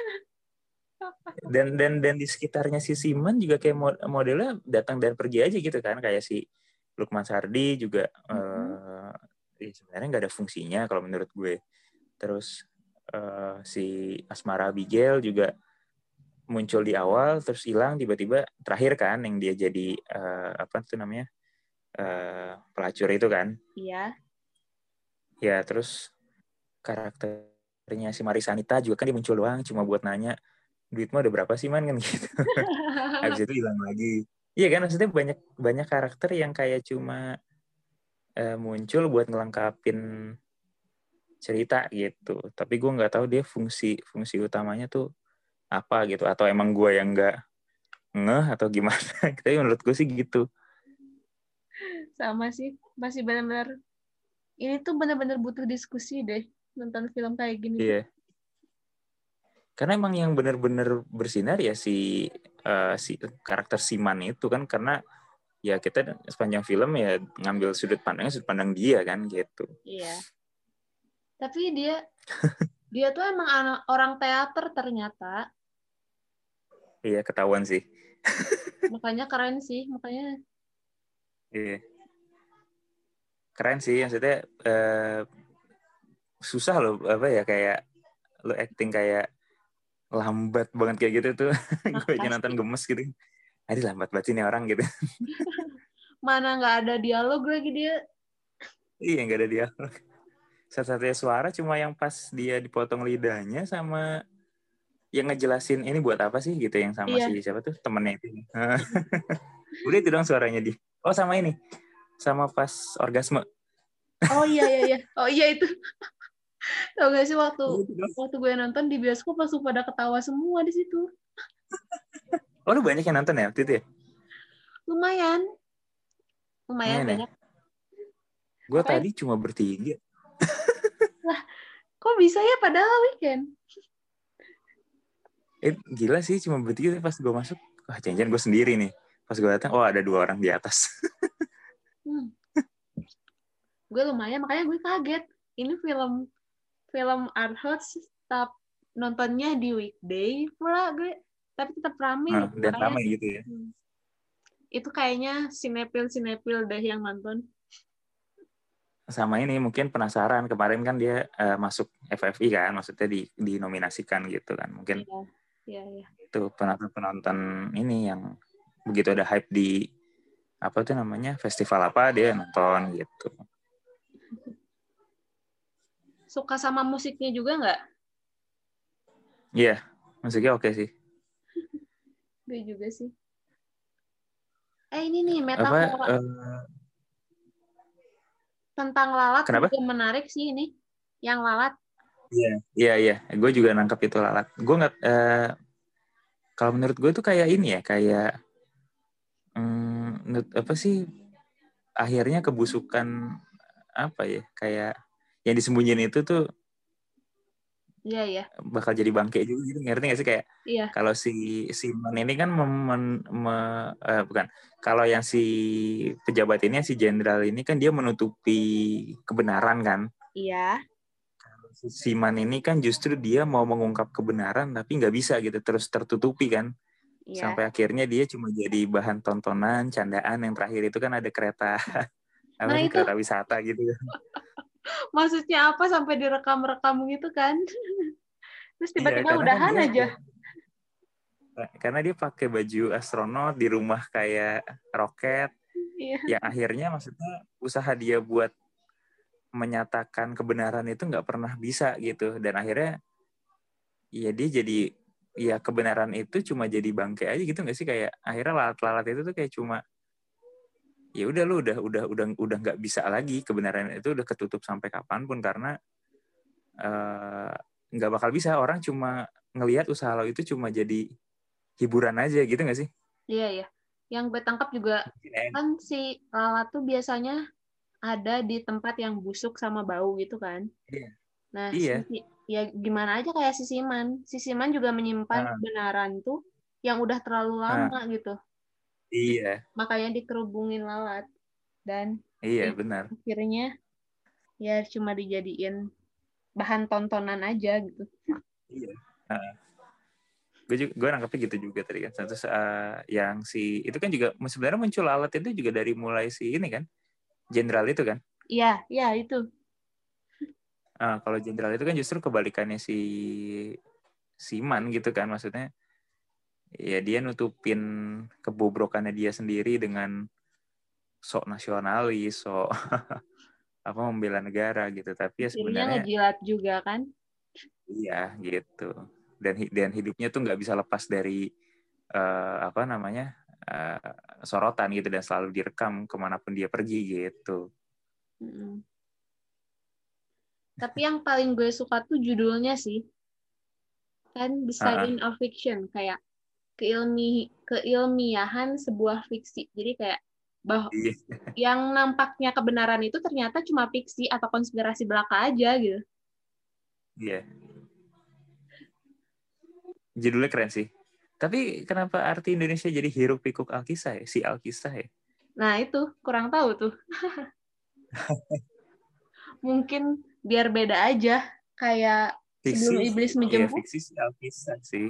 dan di sekitarnya si Siman juga kayak modelnya datang dan pergi aja gitu kan kayak si Lukman Sardi juga sebenarnya nggak ada fungsinya kalau menurut gue terus si Asmara Abigail juga muncul di awal terus hilang tiba-tiba terakhir kan yang dia jadi apa itu namanya pelacur itu kan Iya. ya terus karakternya si Marisa Anita juga kan dia muncul doang cuma buat nanya duitmu ada berapa sih man kan gitu habis itu hilang lagi iya kan maksudnya banyak banyak karakter yang kayak cuma muncul buat ngelengkapin cerita gitu tapi gue nggak tahu dia fungsi utamanya tuh apa gitu atau emang gue yang nggak ngeh atau gimana tapi menurut gue sih gitu. Sama sih. Masih benar-benar. Ini tuh benar-benar butuh diskusi deh. Nonton film kayak gini tuh. Iya karena emang yang benar-benar bersinar ya si karakter Siman itu kan karena ya kita sepanjang film ya ngambil sudut pandang dia kan gitu. Iya. Tapi dia tuh emang orang teater ternyata. Iya, ketahuan sih. Makanya keren sih, makanya. Iya. Keren sih, maksudnya susah loh apa ya, kayak lo acting kayak lambat banget kayak gitu tuh. Gue aja nonton Pasti. gemes gitu. Aduh, lambat banget sih nih orang gitu. Mana nggak ada dialog lagi dia. Iya, nggak ada dialog. Satu-satunya suara cuma yang pas dia dipotong lidahnya sama yang ngejelasin ini buat apa sih gitu, yang sama Iya. si siapa tuh temennya itu. Udah itu dong suaranya dia. Oh, sama ini. Sama pas orgasme. Oh iya iya iya. Oh iya itu. Tau gak sih waktu Udah itu dong. waktu gue nonton di bioskop langsung pada ketawa semua di situ. Oh, lu banyak yang nonton ya waktu itu ya? Lumayan, lumayan Lumayan ya? banyak. Gue Makanya tadi cuma bertiga. lah, kok bisa ya padahal weekend. Gila sih, cuma bertiga. Pas gue masuk, wah jangan-jangan gue sendiri nih. Pas gue datang, oh ada 2 orang di atas. Hmm. Gue lumayan, makanya gue kaget. Ini film film art house, tetap nontonnya di weekday pula gue, tapi tetap rame Nah, gitu dan makanya. ramai gitu ya. Itu kayaknya sinepil deh yang nonton. Sama ini mungkin penasaran, kemarin kan dia masuk FFI kan, maksudnya dinominasikan gitu kan. Mungkin Iya, iya, iya. itu penonton ini yang begitu ada hype di apa tuh namanya, festival apa, dia nonton gitu. Suka sama musiknya juga nggak? Iya, musiknya oke sih. Gue juga sih. Ini nih Apa metafora tentang lalat kenapa? juga menarik sih ini. Yang lalat. Iya, iya. Gue juga nangkep itu lalat. Gue nggak. Kalau menurut gue tuh kayak ini ya, kayak apa sih? Akhirnya kebusukan apa ya? Kayak yang disembunyiin itu tuh Iya, iya. bakal jadi bangke juga gitu. Ngerti nggak sih, kayak Iya, kalau si Man ini kan bukan. Kalau yang si pejabat ini, si jenderal ini kan dia menutupi kebenaran kan. iya, Si Man ini kan justru dia mau mengungkap kebenaran tapi nggak bisa gitu, terus tertutupi kan, iya. sampai akhirnya dia cuma jadi bahan tontonan, candaan. Yang terakhir itu kan ada kereta apa Nah sih, itu kereta wisata gitu. maksudnya apa sampai direkam-rekam gitu kan? Terus Iya, tiba-tiba karena kan udahan dia aja. pakai baju astronot di rumah kayak roket, Iya, yang akhirnya maksudnya usaha dia buat menyatakan kebenaran itu nggak pernah bisa gitu, dan akhirnya ya dia jadi, ya kebenaran itu cuma jadi bangke aja gitu nggak sih, kayak akhirnya lalat-lalat itu tuh kayak cuma ya udah, lu udah nggak bisa lagi, kebenaran itu udah ketutup sampai kapanpun, karena eh, nggak bakal bisa, orang cuma ngelihat usaha lo itu cuma jadi hiburan aja gitu nggak sih? iya, iya. Yang gue tangkap juga kan si lalat tuh biasanya ada di tempat yang busuk sama bau gitu kan. Iya. Nah, Iya. ya gimana aja kayak si Siman. Si Siman juga menyimpan Ah, kebenaran tuh yang udah terlalu ah, lama gitu. iya. Makanya dikerubungin lalat. Dan Iya, ya benar. akhirnya ya cuma dijadiin bahan tontonan aja gitu. Iya. Gue nangkepnya gitu juga tadi kan. Terus yang si itu kan juga sebenarnya muncul alat itu juga dari mulai si ini kan, jenderal itu kan. Iya, iya itu. Kalau jenderal itu kan justru kebalikannya si Siman gitu kan, maksudnya ya dia nutupin kebobrokannya dia sendiri dengan sok nasionalis, sok apa, membela negara gitu, tapi ya Akhirnya sebenarnya ngejilat juga kan. iya gitu. Dan hidupnya tuh nggak bisa lepas dari apa namanya, uh, sorotan gitu, dan selalu direkam kemanapun dia pergi gitu. Mm-mm. Tapi yang paling gue suka tuh judulnya sih. Kan The Uh-uh. Science of Fiction. Kayak keilmiahan sebuah fiksi. Jadi kayak Iya. yang nampaknya kebenaran itu ternyata cuma fiksi atau konspirasi belaka aja gitu. Iya. Judulnya keren sih. Tapi kenapa arti Indonesia jadi Hiruk Pikuk Alkisah ya? Si Alkisah ya? Nah itu kurang tahu tuh. Mungkin biar beda aja. Kayak Sebelum Iblis Iya, Menjemput. fiksi sih Alkisah sih.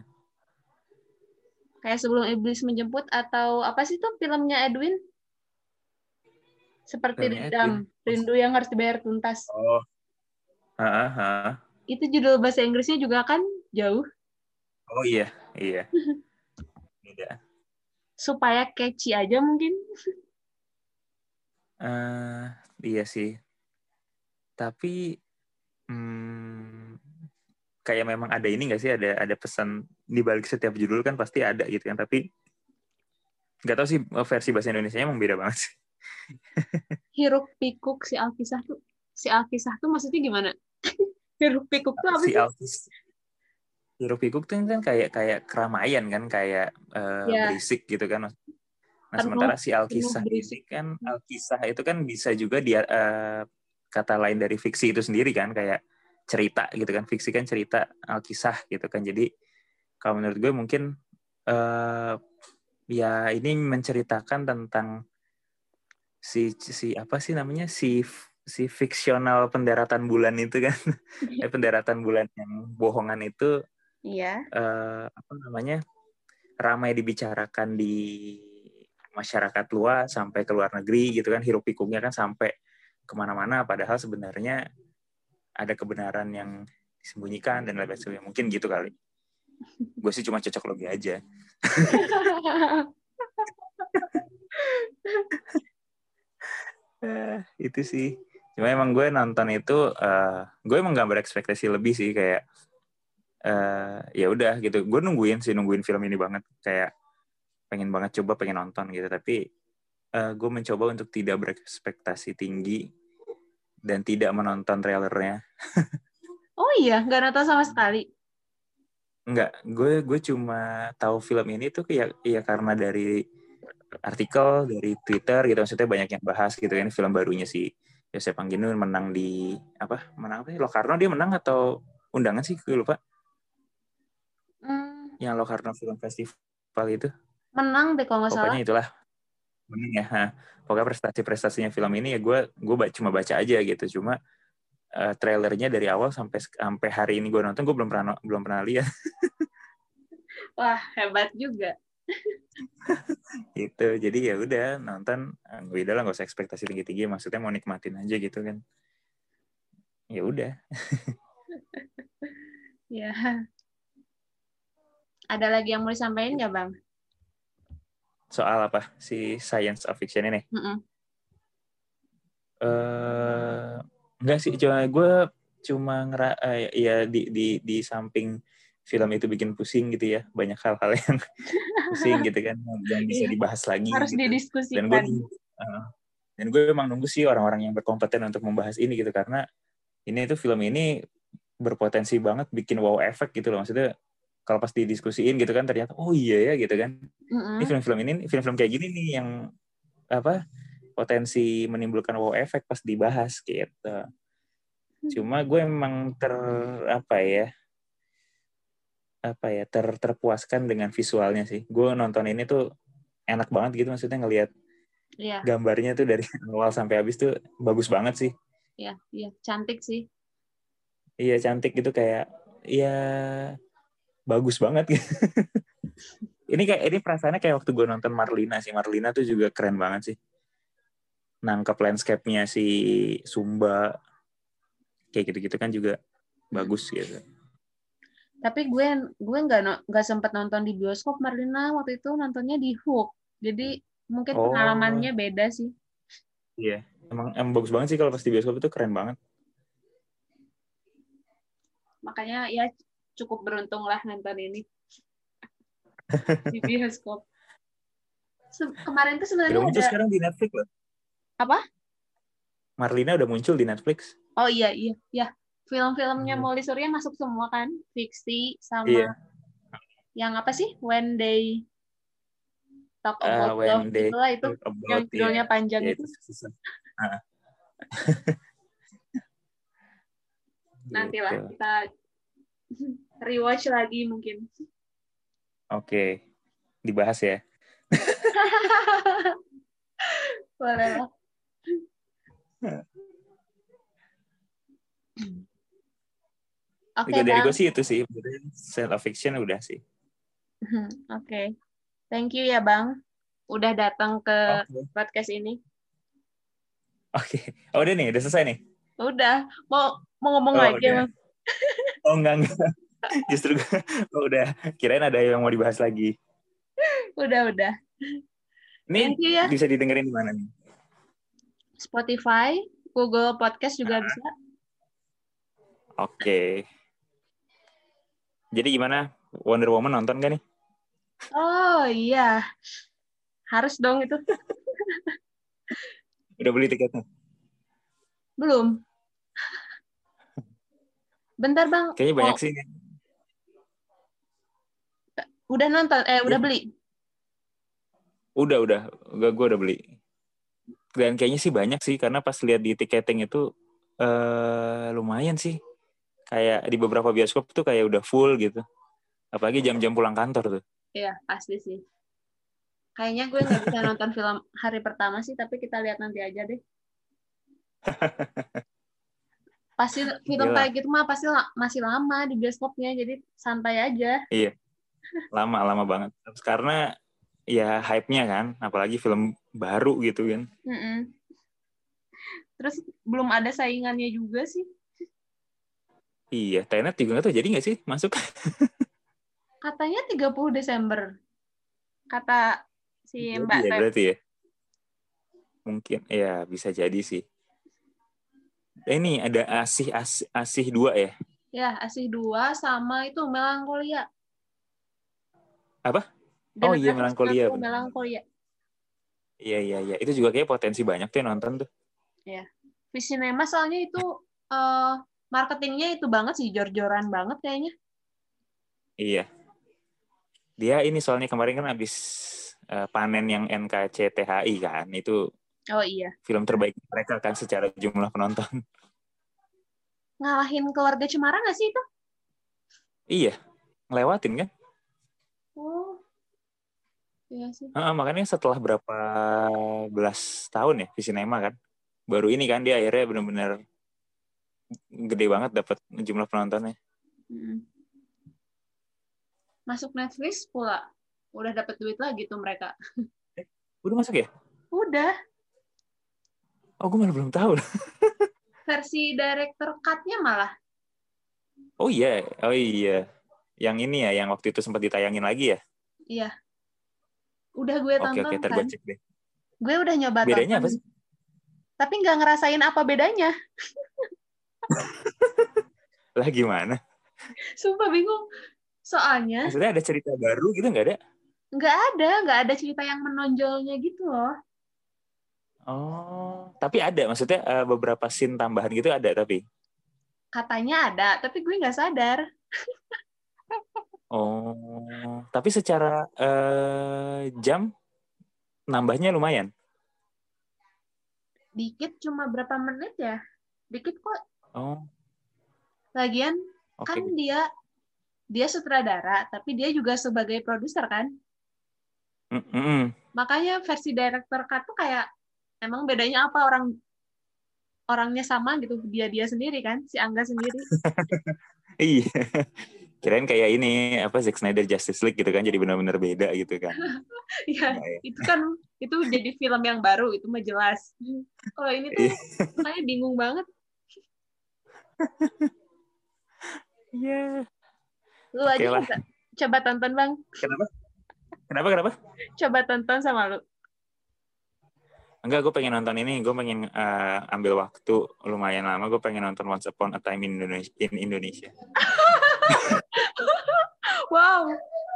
Kayak Sebelum Iblis Menjemput atau apa sih tuh filmnya Edwin? Seperti Filmnya Edwin. Dendam, Rindu yang harus dibayar tuntas. Oh, Itu judul bahasa Inggrisnya juga kan jauh. Oh iya, iya. Beda. Supaya catchy aja mungkin. Iya sih. Tapi kayak memang ada ini nggak sih, ada pesan di balik setiap judul kan pasti ada gitu kan. Tapi nggak tahu sih versi bahasa Indonesianya emang beda banget sih. Hiruk pikuk si Alkisah tuh. Si Alkisah tuh maksudnya gimana? Hiruk pikuk tuh apa Si sih? Alkis Hiruk pikuk tuh kan kayak keramaian kan, kayak Ya, berisik gitu kan. Nah, penuh sementara si penuh Alkisah ini berisik. kan, Alkisah itu kan bisa juga dia kata lain dari fiksi itu sendiri kan, kayak cerita gitu kan. Fiksi kan cerita, Alkisah gitu kan. Jadi kalau menurut gue mungkin ya ini menceritakan tentang si apa sih namanya, si fiksional pendaratan bulan itu kan. Pendaratan bulan yang bohongan itu Iya. apa namanya, ramai dibicarakan di masyarakat luas sampai ke luar negeri gitu kan, hiruk pikuknya kan sampai kemana-mana, padahal sebenarnya ada kebenaran yang disembunyikan dan lain sebagainya, mungkin gitu kali. Gue sih cuma cocok logi aja. Itu sih. Cuma emang gue nonton itu, gue emang gak berekspektasi lebih sih, kayak ya udah gitu. Gue nungguin film ini banget, kayak pengen banget coba, pengen nonton gitu. Tapi gue mencoba untuk tidak berekspektasi tinggi dan tidak menonton trailernya. Oh iya, nggak nonton sama sekali. Enggak, gue cuma tahu film ini tuh ya karena dari artikel, dari Twitter gitu, maksudnya banyak yang bahas gitu kan, film barunya si Yosef Angginun menang di menang apa sih, Locarno dia menang atau undangan sih, gue lupa. Hmm, Yang Locarno Film Festival itu, menang deh kalau nggak salah. pokoknya itulah menang ya. Pokoknya prestasinya film ini ya gue cuma baca aja gitu, cuma trailernya dari awal sampai sampai hari ini gue nonton, gue belum pernah lihat. Wah, hebat juga. Gitu, jadi ya udah nonton, gue udah lah, nggak usah ekspektasi tinggi-tinggi, maksudnya mau nikmatin aja gitu kan, ya udah. Ya, ada lagi yang mau disampaikan nggak, Bang? Soal apa si science of fiction ini? Mm-mm. Enggak sih, gue cuma ya di samping film itu bikin pusing gitu ya, banyak hal-hal yang pusing gitu kan, yang bisa Iya, dibahas lagi harus gitu. Dan gue didiskusikan. uh, dan gue emang nunggu sih orang-orang yang berkompeten untuk membahas ini gitu, karena film ini berpotensi banget bikin wow efek gitu loh, maksudnya kalau pas didiskusiin gitu kan, ternyata oh iya ya gitu kan, ini Mm-mm. film-film kayak gini nih yang apa, potensi menimbulkan wow efek pas dibahas gitu. Cuma gue emang terpuaskan dengan visualnya sih. Gue nonton ini tuh enak banget gitu, maksudnya ngelihat Iya, gambarnya tuh dari awal sampai habis tuh bagus banget sih. iya, iya, cantik sih. Iya, cantik gitu, kayak ya bagus banget gitu. Ini perasaannya kayak waktu gue nonton Marlina sih. Marlina tuh juga keren banget sih. Nangkep landscape-nya si Sumba kayak gitu-gitu kan juga bagus gitu. Tapi gue nggak sempat nonton di bioskop Marlina, waktu itu nontonnya di Hook. Jadi mungkin Oh, pengalamannya beda sih. iya. Emang bagus banget sih kalau pas di bioskop, itu keren banget. Makanya ya cukup beruntung lah nonton ini di bioskop. Kemarin tuh Udah sebenarnya muncul ada sekarang di Netflix loh. apa? Marlina udah muncul di Netflix. Oh iya, iya, ya. Film-filmnya Iya. Molly Surya masuk semua kan, fiksi sama Iya. yang apa sih? When They Talk About Love When they itulah itu talk yang about, ya, judulnya panjang ya itu. itu susah. Ah, Nantilah gitu. kita rewatch lagi mungkin. Oke, dibahas ya. Boleh lah. Oke, Dari Bang. gue sih itu sih, Science Fiction udah sih. Oke. Thank you ya, Bang. Udah datang ke Oke. podcast ini. Oke. Oh, udah nih, udah selesai nih. Udah. Mau ngomong Oh, lagi, udah. Bang? Oh, enggak. Justru udah. Kirain ada yang mau dibahas lagi. Udah. Ini Thank you ya. bisa didengerin di mana nih? Spotify, Google Podcast juga bisa. Oke. Jadi gimana? Wonder Woman nonton gak nih? Oh iya. Harus dong itu. Udah beli tiketnya? Belum. Bentar, Bang. Kayaknya banyak sih. Udah nonton? Udah Ya, beli? udah. Gue udah beli. Dan kayaknya sih banyak sih, karena pas lihat di tiketing itu lumayan sih. Kayak di beberapa bioskop tuh kayak udah full gitu. Apalagi jam-jam pulang kantor tuh. Iya, pasti sih. Kayaknya gue nggak bisa nonton film hari pertama sih, tapi kita lihat nanti aja deh. Pasti film Iyalah. kayak gitu mah pasti masih lama di bioskopnya, jadi santai aja. Iya, lama banget. Karena ya hype-nya kan, apalagi film baru gitu kan. Mm-mm. Terus belum ada saingannya juga sih. Iya, Tenet juga nggak tahu jadi nggak sih masuk. Katanya 30 Desember. Kata si Jadi Mbak ya Tep. berarti ya. Mungkin ya bisa jadi sih. Ini ada Asih 2 ya. Ya, Asih 2 sama itu Melankolia. Apa? Oh iya, Generasi Melankolia 90 benar. Melankolia. Iya. Itu juga kayak potensi banyak tuh yang nonton tuh. Ya. Visinema soalnya itu marketingnya itu banget sih, jor-joran banget kayaknya. Iya. Dia ini soalnya kemarin kan habis panen yang NKCTHI kan. Itu Oh iya. film terbaik mereka kan secara jumlah penonton. Ngalahin Keluarga Cemara nggak sih itu? Iya, ngelewatin kan. Oh, iya sih. Makanya setelah berapa belas tahun ya Visinema kan. Baru ini kan dia akhirnya benar-benar gede banget dapat jumlah penontonnya. Masuk Netflix pula. Udah dapat duit lagi tuh mereka. Udah masuk ya? Udah. Oh, gue malah belum tahu. Versi director cut-nya malah. Oh iya. Yang ini ya, yang waktu itu sempat ditayangin lagi ya? Iya. Udah gue Oke, tonton ntar gue kan. cek deh. Gue udah nyoba Bedanya apa tonton. sih? Tapi nggak ngerasain apa bedanya. Lah gimana? Sumpah bingung. Soalnya Maksudnya ada cerita baru gitu nggak ada? nggak ada cerita yang menonjolnya gitu loh. Oh, tapi ada. Maksudnya beberapa scene tambahan gitu ada tapi. Katanya ada, tapi gue nggak sadar. Oh, tapi secara jam nambahnya lumayan. Dikit, cuma berapa menit ya? Dikit kok. Oh, Lagian kan oke. dia sutradara, tapi dia juga sebagai produser kan. Makanya versi director cut tuh kayak emang bedanya apa, orangnya sama gitu, dia sendiri kan, si Angga sendiri. Iya. Kirain kayak ini apa Zack Snyder Justice League gitu kan, jadi benar-benar beda gitu kan. Ya, Nggak ya. itu jadi film yang baru, itu mah jelas. Kalau ini tuh Iya. makanya bingung banget. Iya. Lu Oke aja lah. coba tonton, Bang. Kenapa? Coba tonton sama lu. Enggak, gue pengen nonton ini. Gue pengen ambil waktu lumayan lama. Gue pengen nonton Once Upon a Time in Indonesia. Wow.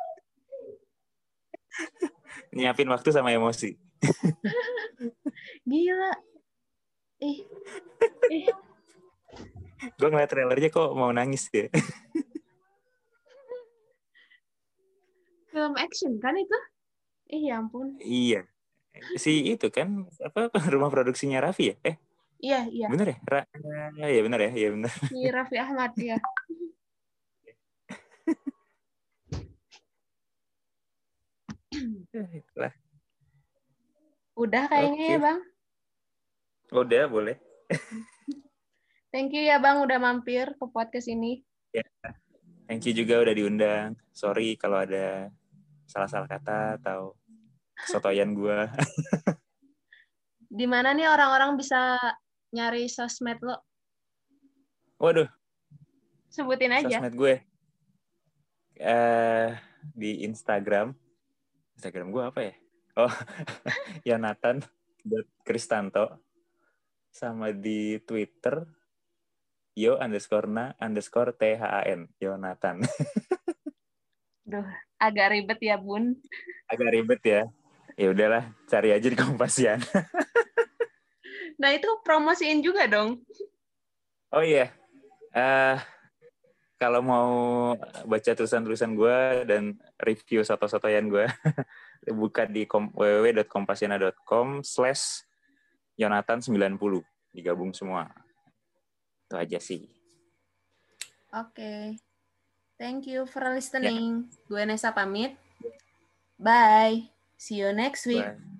Nyiapin waktu sama emosi. Gila. Gue ngeliat trailernya kok mau nangis ya. Film action kan itu? Ya ampun. Iya. Si itu kan apa rumah produksinya Raffi ya? Iya. Bener ya? Iya bener ya? Iya bener. Si Raffi Ahmad ya. Itulah. Udah kayaknya ya, Bang. Udah, boleh. Thank you ya Bang udah mampir ke podcast ini. Ya, thank you juga udah diundang. Sorry kalau ada salah-salah kata atau kesotoyan gue. Di mana nih orang-orang bisa nyari sosmed lo? Waduh, Sebutin aja. sosmed gue. Di Instagram. Instagram gue apa ya? Oh, Yonatan.Kristanto. Sama di Twitter, yo_na_THAN. Yonatan. Duh, agak ribet ya Bun. Agak ribet ya. Ya udahlah, cari aja di Kompasian. Nah itu promosiin juga dong. Oh iya, kalau mau baca tulisan-tulisan gue dan review soto-sotoyan gue, buka di www.kompasiana.com/Yonatan90. Digabung semua. Itu aja sih. Oke. Thank you for Ya, listening. Gue Nesa pamit. Bye. See you next week. bye.